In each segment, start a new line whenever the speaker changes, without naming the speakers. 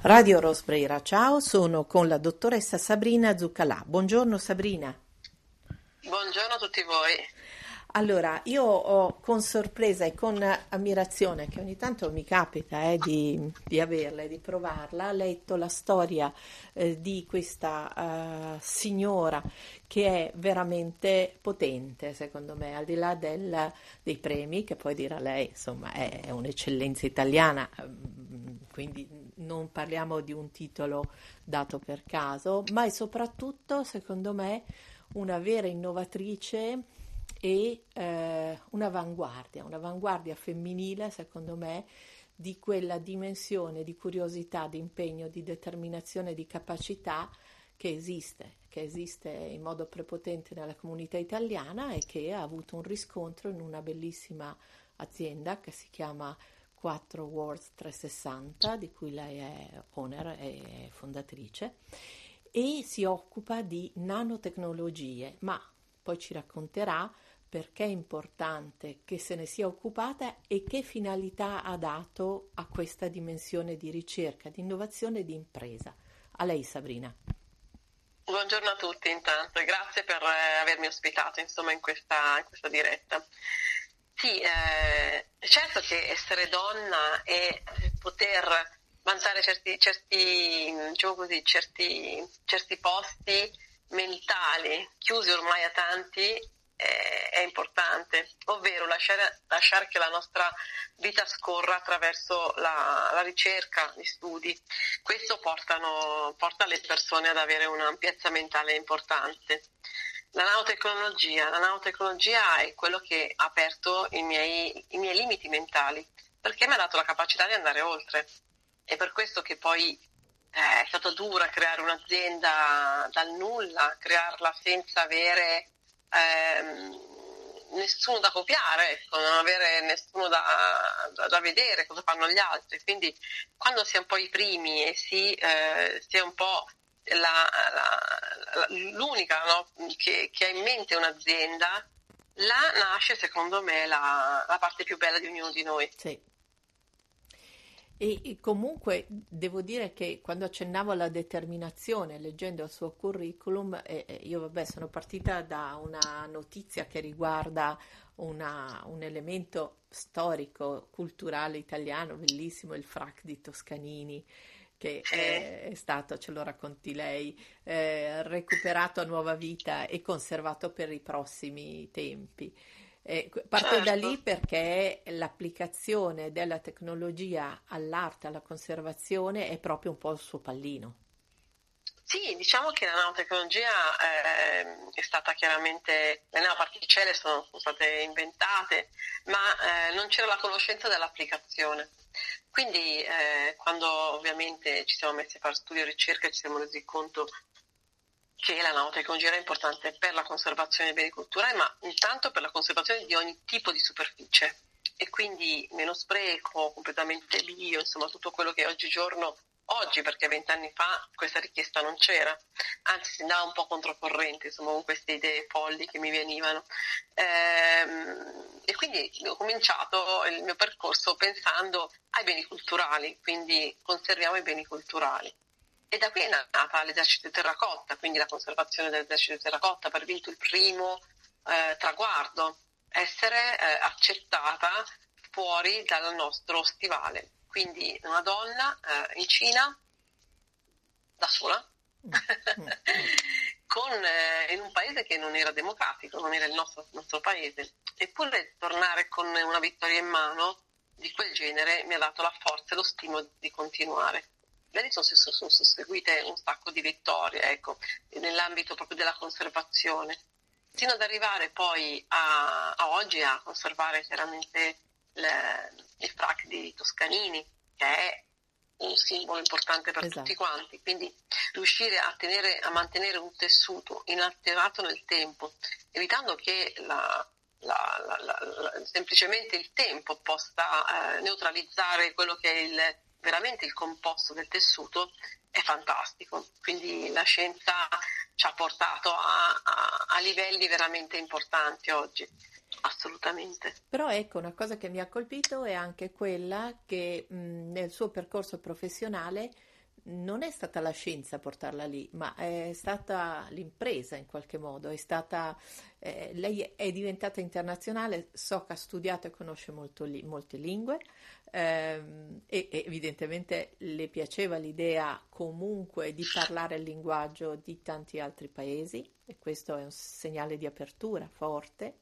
Radio Rosbrera, ciao, sono con la dottoressa Sabrina Zuccalà. Buongiorno Sabrina.
Buongiorno a tutti voi.
Allora, io ho con sorpresa e con ammirazione, che ogni tanto mi capita di averla e di provarla, letto la storia di questa signora che è veramente potente, secondo me, al di là dei premi, che poi dirà lei, insomma, è un'eccellenza italiana, quindi non parliamo di un titolo dato per caso, ma è soprattutto, secondo me, una vera innovatrice e un'avanguardia femminile, secondo me, di quella dimensione di curiosità, di impegno, di determinazione, di capacità che esiste in modo prepotente nella comunità italiana e che ha avuto un riscontro in una bellissima azienda che si chiama 4 Words 360, di cui lei è owner e fondatrice, e si occupa di nanotecnologie, ma poi ci racconterà perché è importante che se ne sia occupata e che finalità ha dato a questa dimensione di ricerca, di innovazione e di impresa. A lei, Sabrina.
Buongiorno a tutti intanto e grazie per avermi ospitato insomma in questa diretta. Sì, certo che essere donna e poter vantare diciamo così, certi posti mentali chiusi ormai a tanti è importante, ovvero lasciare che la nostra vita scorra attraverso la ricerca, gli studi. Questo porta le persone ad avere un'ampiezza mentale importante. La nanotecnologia è quello che ha aperto i miei limiti mentali, perché mi ha dato la capacità di andare oltre. È per questo che poi è stato dura creare un'azienda dal nulla, crearla senza avere nessuno da copiare, ecco, non avere nessuno da vedere cosa fanno gli altri. Quindi quando si è un po' i primi e si è un po' l'unica, no, che ha in mente un'azienda, là nasce secondo me la parte più bella di ognuno di noi.
Sì. E comunque devo dire che quando accennavo alla determinazione, leggendo il suo curriculum, io vabbè sono partita da una notizia che riguarda un elemento storico, culturale italiano bellissimo, il frac di Toscanini, che
Sì,
è stato, ce lo racconti lei, recuperato a nuova vita e conservato per i prossimi tempi. Parto da lì
certo.
perché l'applicazione della tecnologia all'arte, alla conservazione è proprio un po' il suo pallino.
Sì, diciamo che la nanotecnologia è stata chiaramente, le nanoparticelle sono state inventate, ma non c'era la conoscenza dell'applicazione. Quindi quando ovviamente ci siamo messi a fare studio e ricerca ci siamo resi conto che la nanotecnologia era importante per la conservazione dei beni culturali, ma intanto per la conservazione di ogni tipo di superficie. E quindi meno spreco, completamente bio, insomma tutto quello che oggi perché 20 anni fa questa richiesta non c'era, anzi si andava un po' controcorrente, insomma con queste idee folli che mi venivano. E quindi ho cominciato il mio percorso pensando ai beni culturali, quindi conserviamo i beni culturali. E da qui è nata l'esercito di terracotta, quindi la conservazione dell'esercito di terracotta per vinto il primo traguardo, essere accettata fuori dal nostro stivale. Quindi una donna in Cina da sola,
Mm, mm, mm.
in un paese che non era democratico, non era il nostro paese. Eppure tornare con una vittoria in mano di quel genere mi ha dato la forza e lo stimolo di continuare. Da lì sono seguite un sacco di vittorie, ecco, nell'ambito proprio della conservazione, fino ad arrivare poi a oggi a conservare chiaramente il frac di Toscanini, che è un simbolo importante per tutti
Esatto.
quanti, quindi riuscire a mantenere un tessuto inalterato nel tempo, evitando che semplicemente il tempo possa neutralizzare quello che è veramente il composto del tessuto, è fantastico. Quindi la scienza ci ha portato a livelli veramente importanti oggi, assolutamente.
Però ecco, una cosa che mi ha colpito è anche quella che nel suo percorso professionale non è stata la scienza a portarla lì, ma è stata l'impresa in qualche modo, lei è diventata internazionale, so che ha studiato e conosce molte lingue, e evidentemente le piaceva l'idea comunque di parlare il linguaggio di tanti altri paesi, e questo è un segnale di apertura forte.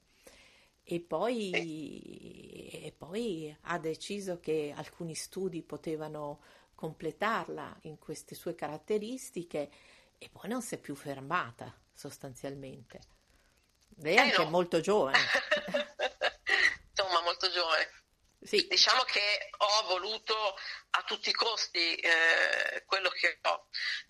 E poi ha deciso che alcuni studi potevano completarla in queste sue caratteristiche, e poi non si è più fermata sostanzialmente. Lei è anche
No.
molto giovane.
Insomma, molto giovane.
Sì.
Diciamo che ho voluto a tutti i costi quello che ho.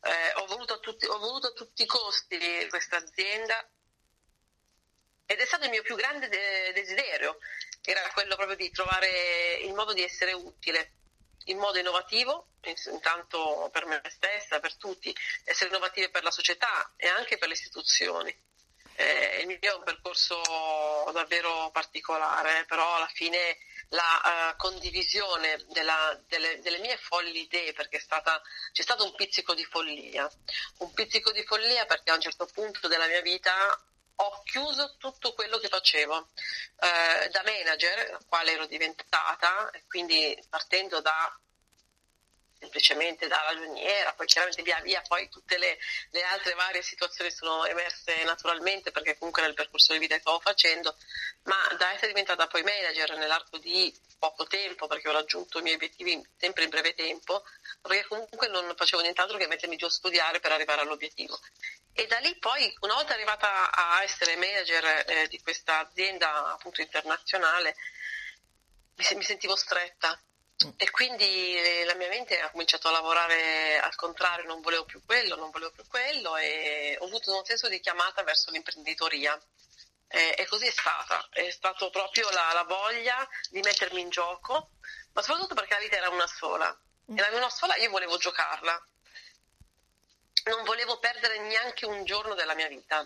Ho voluto a tutti i costi questa azienda, ed è stato il mio più grande desiderio, era quello proprio di trovare il modo di essere utile, in modo innovativo, intanto per me stessa, per tutti, essere innovativi per la società e anche per le istituzioni. Il mio è un percorso davvero particolare, però alla fine la condivisione delle mie folli idee, perché c'è stato un pizzico di follia perché a un certo punto della mia vita ho chiuso tutto quello che facevo, da manager, quale ero diventata, e quindi partendo semplicemente da ragioniera, poi chiaramente via via poi tutte le altre varie situazioni sono emerse naturalmente, perché comunque nel percorso di vita che stavo facendo, ma da essere diventata poi manager nell'arco di poco tempo, perché ho raggiunto i miei obiettivi sempre in breve tempo, perché comunque non facevo nient'altro che mettermi giù a studiare per arrivare all'obiettivo. E da lì poi, una volta arrivata a essere manager di questa azienda appunto internazionale, mi sentivo stretta. E quindi la mia mente ha cominciato a lavorare al contrario, non volevo più quello, e ho avuto un senso di chiamata verso l'imprenditoria. E così è stato proprio la voglia di mettermi in gioco, ma soprattutto perché la vita era una sola, e la mia una sola, io volevo giocarla. Non volevo perdere neanche un giorno della mia vita,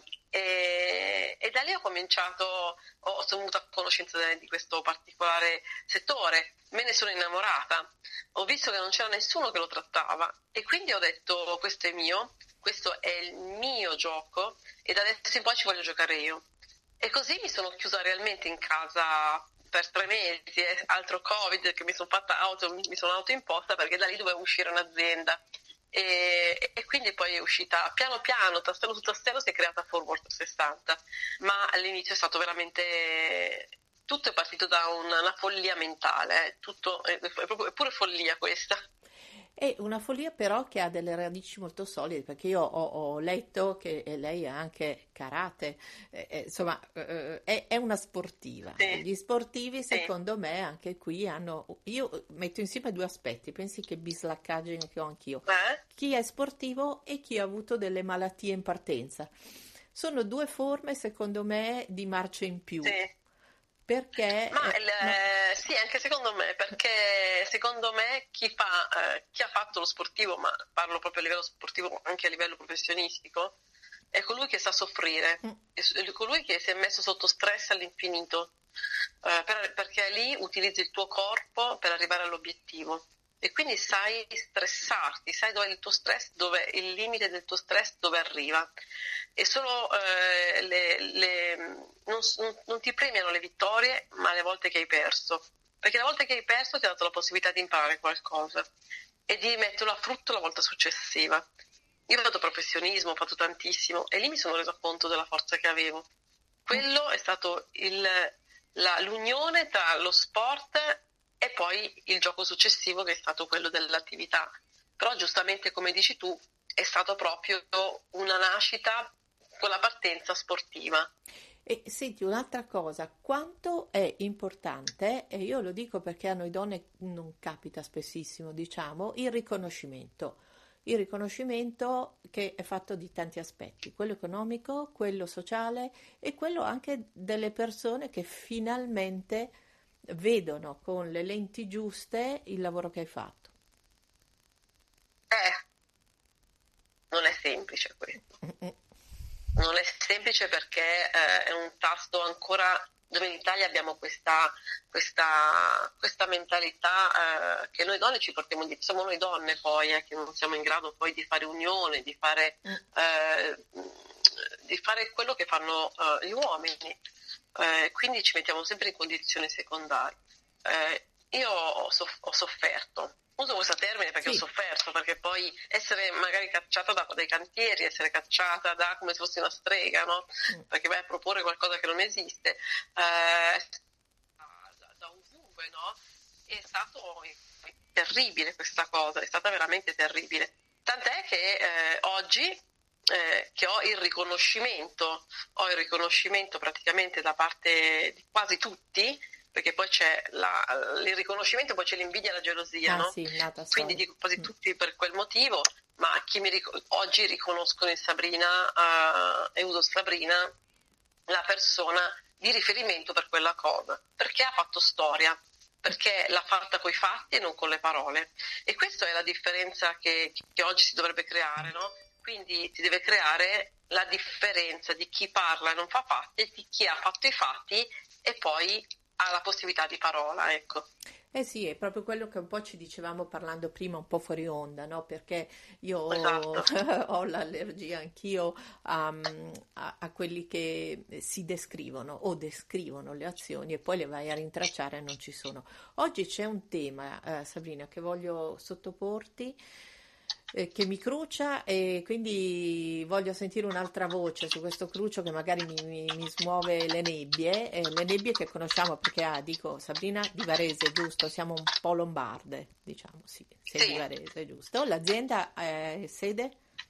e da lì sono venuta a conoscenza di questo particolare settore, me ne sono innamorata, ho visto che non c'era nessuno che lo trattava, e quindi ho detto: questo è mio, questo è il mio gioco, e da adesso in poi ci voglio giocare io. E così mi sono chiusa realmente in casa per 3 mesi, altro Covid che mi sono autoimposta, perché da lì dovevo uscire un'azienda. E quindi poi è uscita piano piano, tastello su tastello, si è creata Forward 360, ma all'inizio è stato veramente, tutto è partito da una follia mentale, è pure follia questa.
È una follia però che ha delle radici molto solide, perché io ho letto che lei ha anche karate, insomma, è una sportiva.
Sì,
Gli sportivi,
sì.
secondo me, anche qui hanno. Io metto insieme due aspetti, pensi che bislaccaggine che ho anch'io. Chi è sportivo e chi ha avuto delle malattie in partenza. Sono due forme, secondo me, di marcia in più.
Sì.
Perché
Ma
no.
sì, anche secondo me, perché secondo me chi ha fatto lo sportivo, ma parlo proprio a livello sportivo, anche a livello professionistico, è colui che sa soffrire, è colui che si è messo sotto stress all'infinito, perché lì utilizzi il tuo corpo per arrivare all'obbiettivo. E quindi sai stressarti, sai dove è il tuo stress, dove il limite del tuo stress, dove arriva. E solo non ti premiano le vittorie, ma le volte che hai perso. Perché la volta che hai perso ti ha dato la possibilità di imparare qualcosa e di metterlo a frutto la volta successiva. Io ho fatto professionismo, ho fatto tantissimo, e lì mi sono reso conto della forza che avevo. Quello è stato l'unione tra lo sport e poi il gioco successivo, che è stato quello dell'attività. Però giustamente, come dici tu, è stato proprio una nascita con la partenza sportiva.
E senti, un'altra cosa, quanto è importante, e io lo dico perché a noi donne non capita spessissimo, diciamo, il riconoscimento che è fatto di tanti aspetti, quello economico, quello sociale e quello anche delle persone che finalmente vedono con le lenti giuste il lavoro che hai fatto.
Non è semplice questo. Non è semplice perché è un tasto ancora dove in Italia abbiamo questa mentalità che noi donne ci portiamo dietro, siamo noi donne poi che non siamo in grado poi di fare unione, di fare quello che fanno gli uomini, quindi ci mettiamo sempre in condizioni secondarie. Io ho sofferto. Uso questo termine perché ho sofferto, perché poi essere magari cacciata dai cantieri, essere cacciata come se fossi una strega, no? Perché vai a proporre qualcosa che non esiste, da ovunque, no? È stato terribile questa cosa, è stata veramente terribile. Tant'è che oggi che ho il riconoscimento praticamente da parte di quasi tutti, perché poi c'è il riconoscimento, poi c'è l'invidia e la gelosia, no?
Sì,
quindi dico quasi tutti per quel motivo, ma oggi riconoscono in Sabrina, e uso Sabrina, la persona di riferimento per quella cosa, perché ha fatto storia, perché l'ha fatta coi fatti e non con le parole. E questa è la differenza che oggi si dovrebbe creare, no? Quindi si deve creare la differenza di chi parla e non fa fatti e di chi ha fatto i fatti e poi ha la possibilità di parola, ecco.
Eh sì, è proprio quello che un po' ci dicevamo parlando prima, un po' fuori onda, no? Perché io
Esatto.
ho l'allergia anch'io a quelli che si descrivono o descrivono le azioni e poi le vai a rintracciare e non ci sono. Oggi c'è un tema, Sabrina, che voglio sottoporti, che mi crucia e quindi voglio sentire un'altra voce su questo crucio che magari mi smuove le nebbie che conosciamo perché, dico, Sabrina di Varese, giusto? Siamo un po' lombarde, diciamo, sì, sei di Varese, giusto? L'azienda è sede?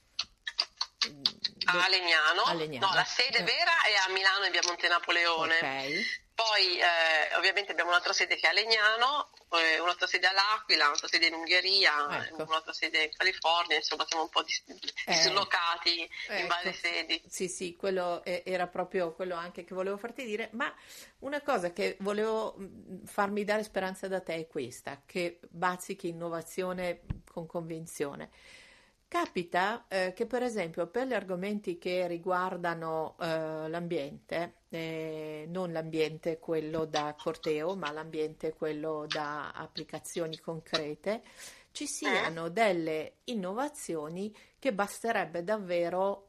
A Legnano. No, la sede vera è a Milano in via Monte Napoleone.
Ok.
Poi ovviamente abbiamo un'altra sede che è a Legnano, un'altra sede all'Aquila, un'altra sede in Ungheria,
Ecco.
un'altra sede in California, insomma siamo un po' dislocati in varie sedi.
Sì, quello era proprio quello anche che volevo farti dire, ma una cosa che volevo farmi dare speranza da te è questa, che bazzichi innovazione con convinzione. Capita che per esempio per gli argomenti che riguardano l'ambiente, non l'ambiente quello da corteo, ma l'ambiente quello da applicazioni concrete, ci siano delle innovazioni che basterebbe davvero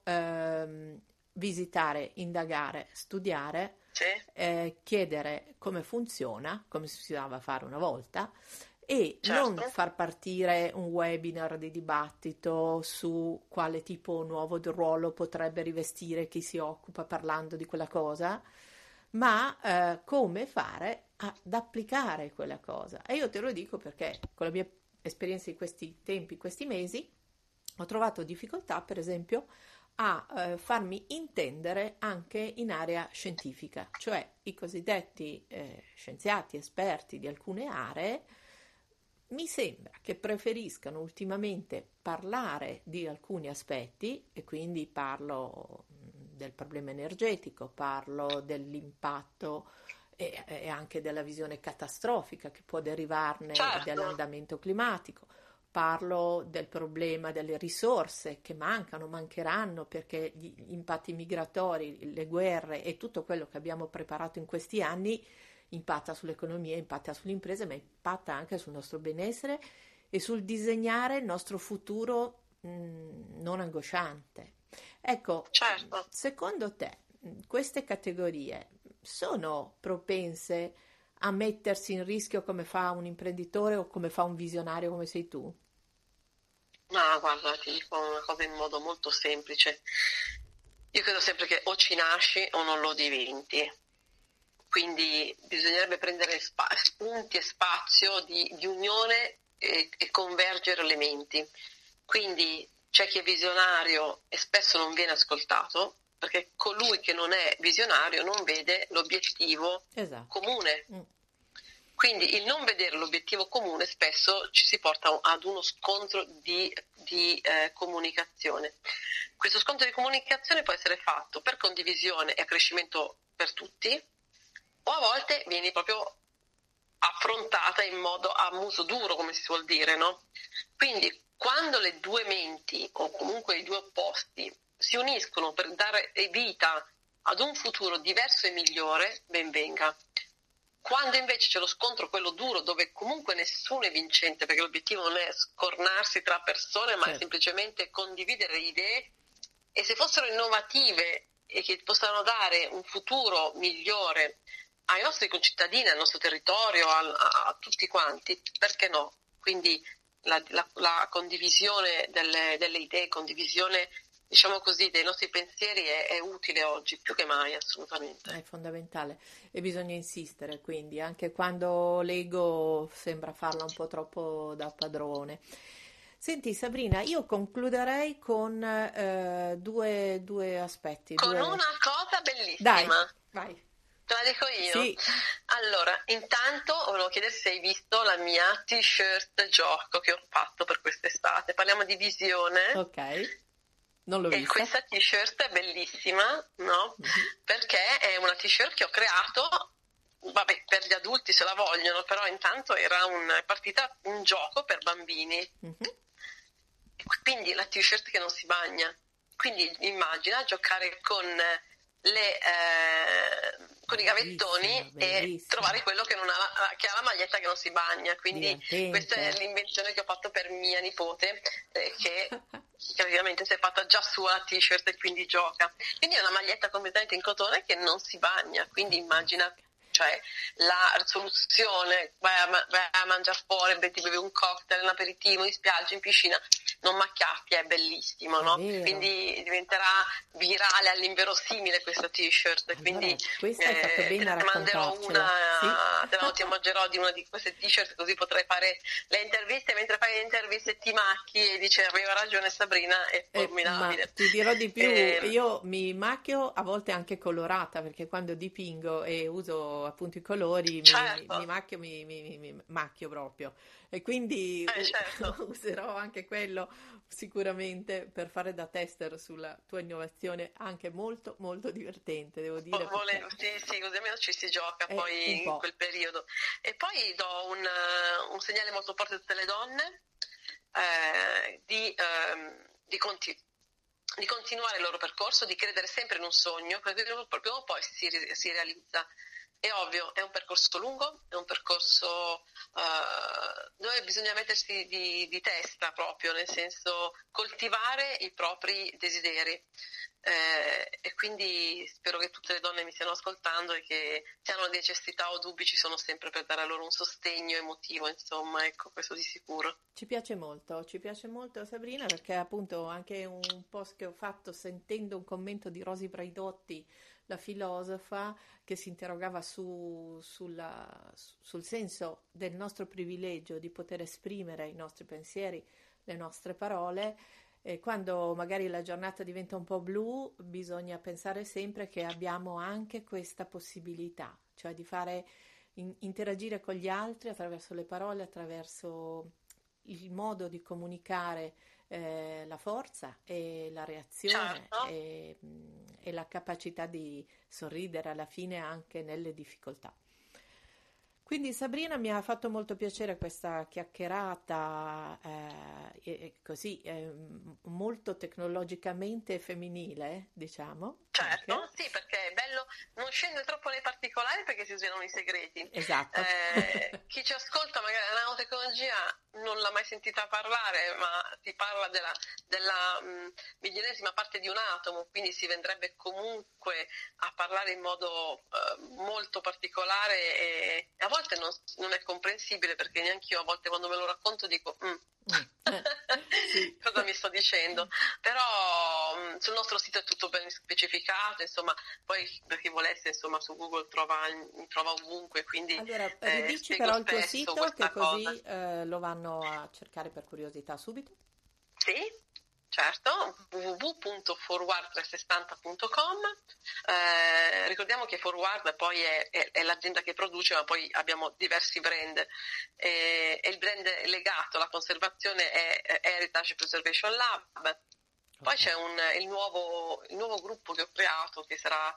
visitare, indagare, studiare, chiedere come funziona, come si usava a fare una volta, e non far partire un webinar di dibattito su quale tipo nuovo di ruolo potrebbe rivestire chi si occupa parlando di quella cosa, ma come fare ad applicare quella cosa. E io te lo dico perché con la mia esperienza di questi tempi, questi mesi, ho trovato difficoltà, per esempio, a farmi intendere anche in area scientifica, cioè i cosiddetti scienziati esperti di alcune aree mi sembra che preferiscano ultimamente parlare di alcuni aspetti, e quindi parlo del problema energetico, parlo dell'impatto e anche della visione catastrofica che può derivarne dall'andamento climatico. Parlo del problema delle risorse che mancheranno perché gli impatti migratori, le guerre e tutto quello che abbiamo preparato in questi anni impatta sull'economia, impatta sulle imprese, ma impatta anche sul nostro benessere e sul disegnare il nostro futuro non angosciante. Ecco, secondo te queste categorie sono propense a mettersi in rischio come fa un imprenditore o come fa un visionario come sei tu?
Ma guarda, ti dico una cosa in modo molto semplice. Io credo sempre che o ci nasci o non lo diventi. Quindi bisognerebbe prendere spunti e spazio di unione e convergere le menti. Quindi c'è chi è visionario e spesso non viene ascoltato, perché colui che non è visionario non vede l'obiettivo comune. Quindi il non vedere l'obiettivo comune spesso ci si porta ad uno scontro di comunicazione. Questo scontro di comunicazione può essere fatto per condivisione e accrescimento per tutti, o a volte vieni proprio affrontata in modo a muso duro, come si suol dire, no? Quindi quando le due menti o comunque i due opposti si uniscono per dare vita ad un futuro diverso e migliore, ben venga. Quando invece c'è lo scontro, quello duro, dove comunque nessuno è vincente, perché l'obiettivo non è scornarsi tra persone, ma è semplicemente condividere idee, e se fossero innovative e che possano dare un futuro migliore ai nostri concittadini, al nostro territorio, a tutti quanti, perché no? Quindi la condivisione delle idee, condivisione, diciamo così, dei nostri pensieri è utile oggi, più che mai, assolutamente.
È fondamentale e bisogna insistere, quindi anche quando l'ego sembra farla un po' troppo da padrone. Senti Sabrina, io concluderei con due aspetti.
Con una cosa bellissima.
Dai, vai.
Te la dico io?
Sì.
Allora, intanto volevo chiedere se hai visto la mia t-shirt gioco che ho fatto per quest'estate. Parliamo di visione.
Ok, non l'ho vista.
E questa t-shirt è bellissima, no? Mm-hmm. Perché è una t-shirt che ho creato, vabbè, per gli adulti se la vogliono, però intanto è partita un gioco per bambini. Mm-hmm. Quindi la t-shirt che non si bagna. Quindi immagina giocare con con i gavettoni e trovare quello che ha la maglietta che non si bagna. Quindi questa è l'invenzione che ho fatto per mia nipote, che ovviamente si è fatta già sua la t-shirt e quindi gioca. Quindi è una maglietta completamente in cotone che non si bagna, quindi immagina, cioè la soluzione, vai a mangiare fuori, ti bevi un cocktail, un aperitivo in spiaggia, in piscina, non macchiarti, è bellissimo, no? Quindi diventerà virale all'inverosimile questa t-shirt.
Allora,
quindi
questa è fatto bene a
manderò una,
sì?
ti mangerò di una di queste t-shirt, così potrai fare le interviste, mentre fai le interviste ti macchi e dici aveva ragione Sabrina, è formidabile.
Ma ti dirò di più, io mi macchio a volte anche colorata, perché quando dipingo e uso appunto i colori mi macchio, mi macchio proprio, e quindi userò anche quello sicuramente per fare da tester sulla tua innovazione, anche molto molto divertente, devo dire.
Sì, così almeno ci si gioca poi in quel periodo. E poi do un segnale molto forte a tutte le donne di continuare il loro percorso, di credere sempre in un sogno, perché prima o poi si realizza. È ovvio, è un percorso lungo, è un percorso dove bisogna mettersi di testa proprio, nel senso coltivare i propri desideri. E quindi spero che tutte le donne mi stiano ascoltando e che se hanno necessità o dubbi ci sono sempre per dare a loro un sostegno emotivo, insomma, ecco, questo di sicuro.
Ci piace molto Sabrina, perché appunto anche un post che ho fatto sentendo un commento di Rosi Braidotti, la filosofa, che si interrogava sul senso del nostro privilegio di poter esprimere i nostri pensieri, le nostre parole. E quando magari la giornata diventa un po' blu, bisogna pensare sempre che abbiamo anche questa possibilità, cioè di fare interagire con gli altri attraverso le parole, attraverso il modo di comunicare la forza e la reazione,
certo.
e la capacità di sorridere alla fine anche nelle difficoltà. Quindi Sabrina, mi ha fatto molto piacere questa chiacchierata così molto tecnologicamente femminile, diciamo.
Certo,
anche.
Sì, perché è bello non scendere troppo nei particolari perché si svelano i segreti.
Esatto.
Chi ci ascolta magari la nanotecnologia non l'ha mai sentita parlare, ma si parla della milionesima parte di un atomo, quindi si vendrebbe comunque a parlare in modo molto particolare e a volte non è comprensibile, perché neanche io a volte quando me lo racconto dico
sì.
cosa mi sto dicendo, però sul nostro sito è tutto ben specificato, insomma, poi per chi volesse, insomma, su Google mi trova ovunque, quindi
allora ridici però il tuo sito, che così lo vanno a cercare per curiosità subito.
Sì, certo, www.forward360.com. Ricordiamo che Forward poi è l'azienda che produce, ma poi abbiamo diversi brand, e il brand legato alla conservazione è Heritage Preservation Lab. Poi c'è il nuovo gruppo che ho creato, che sarà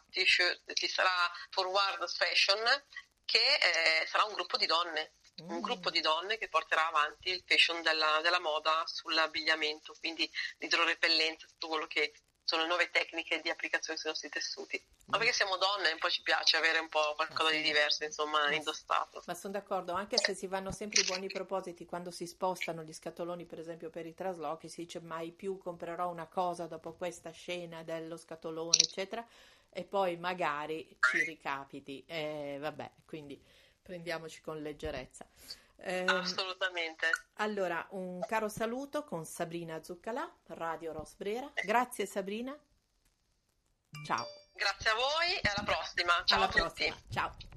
Forward Fashion, che sarà un gruppo di donne. Un gruppo di donne che porterà avanti il fashion della moda sull'abbigliamento, quindi l'idrorepellenza, tutto quello che sono nuove tecniche di applicazione sui nostri tessuti. Ma perché siamo donne e un po' ci piace avere un po' qualcosa di diverso, insomma, indossato.
Ma sono d'accordo, anche se si fanno sempre i buoni propositi quando si spostano gli scatoloni, per esempio per i traslochi, si dice mai più comprerò una cosa dopo questa scena dello scatolone, eccetera, e poi magari ci ricapiti. Vabbè, quindi prendiamoci con leggerezza.
Assolutamente.
Allora, un caro saluto con Sabrina Zuccalà, Radio Ros Brera. Grazie Sabrina. Ciao.
Grazie a voi e alla prossima. Ciao
Alla
a tutti.
prossima. Ciao.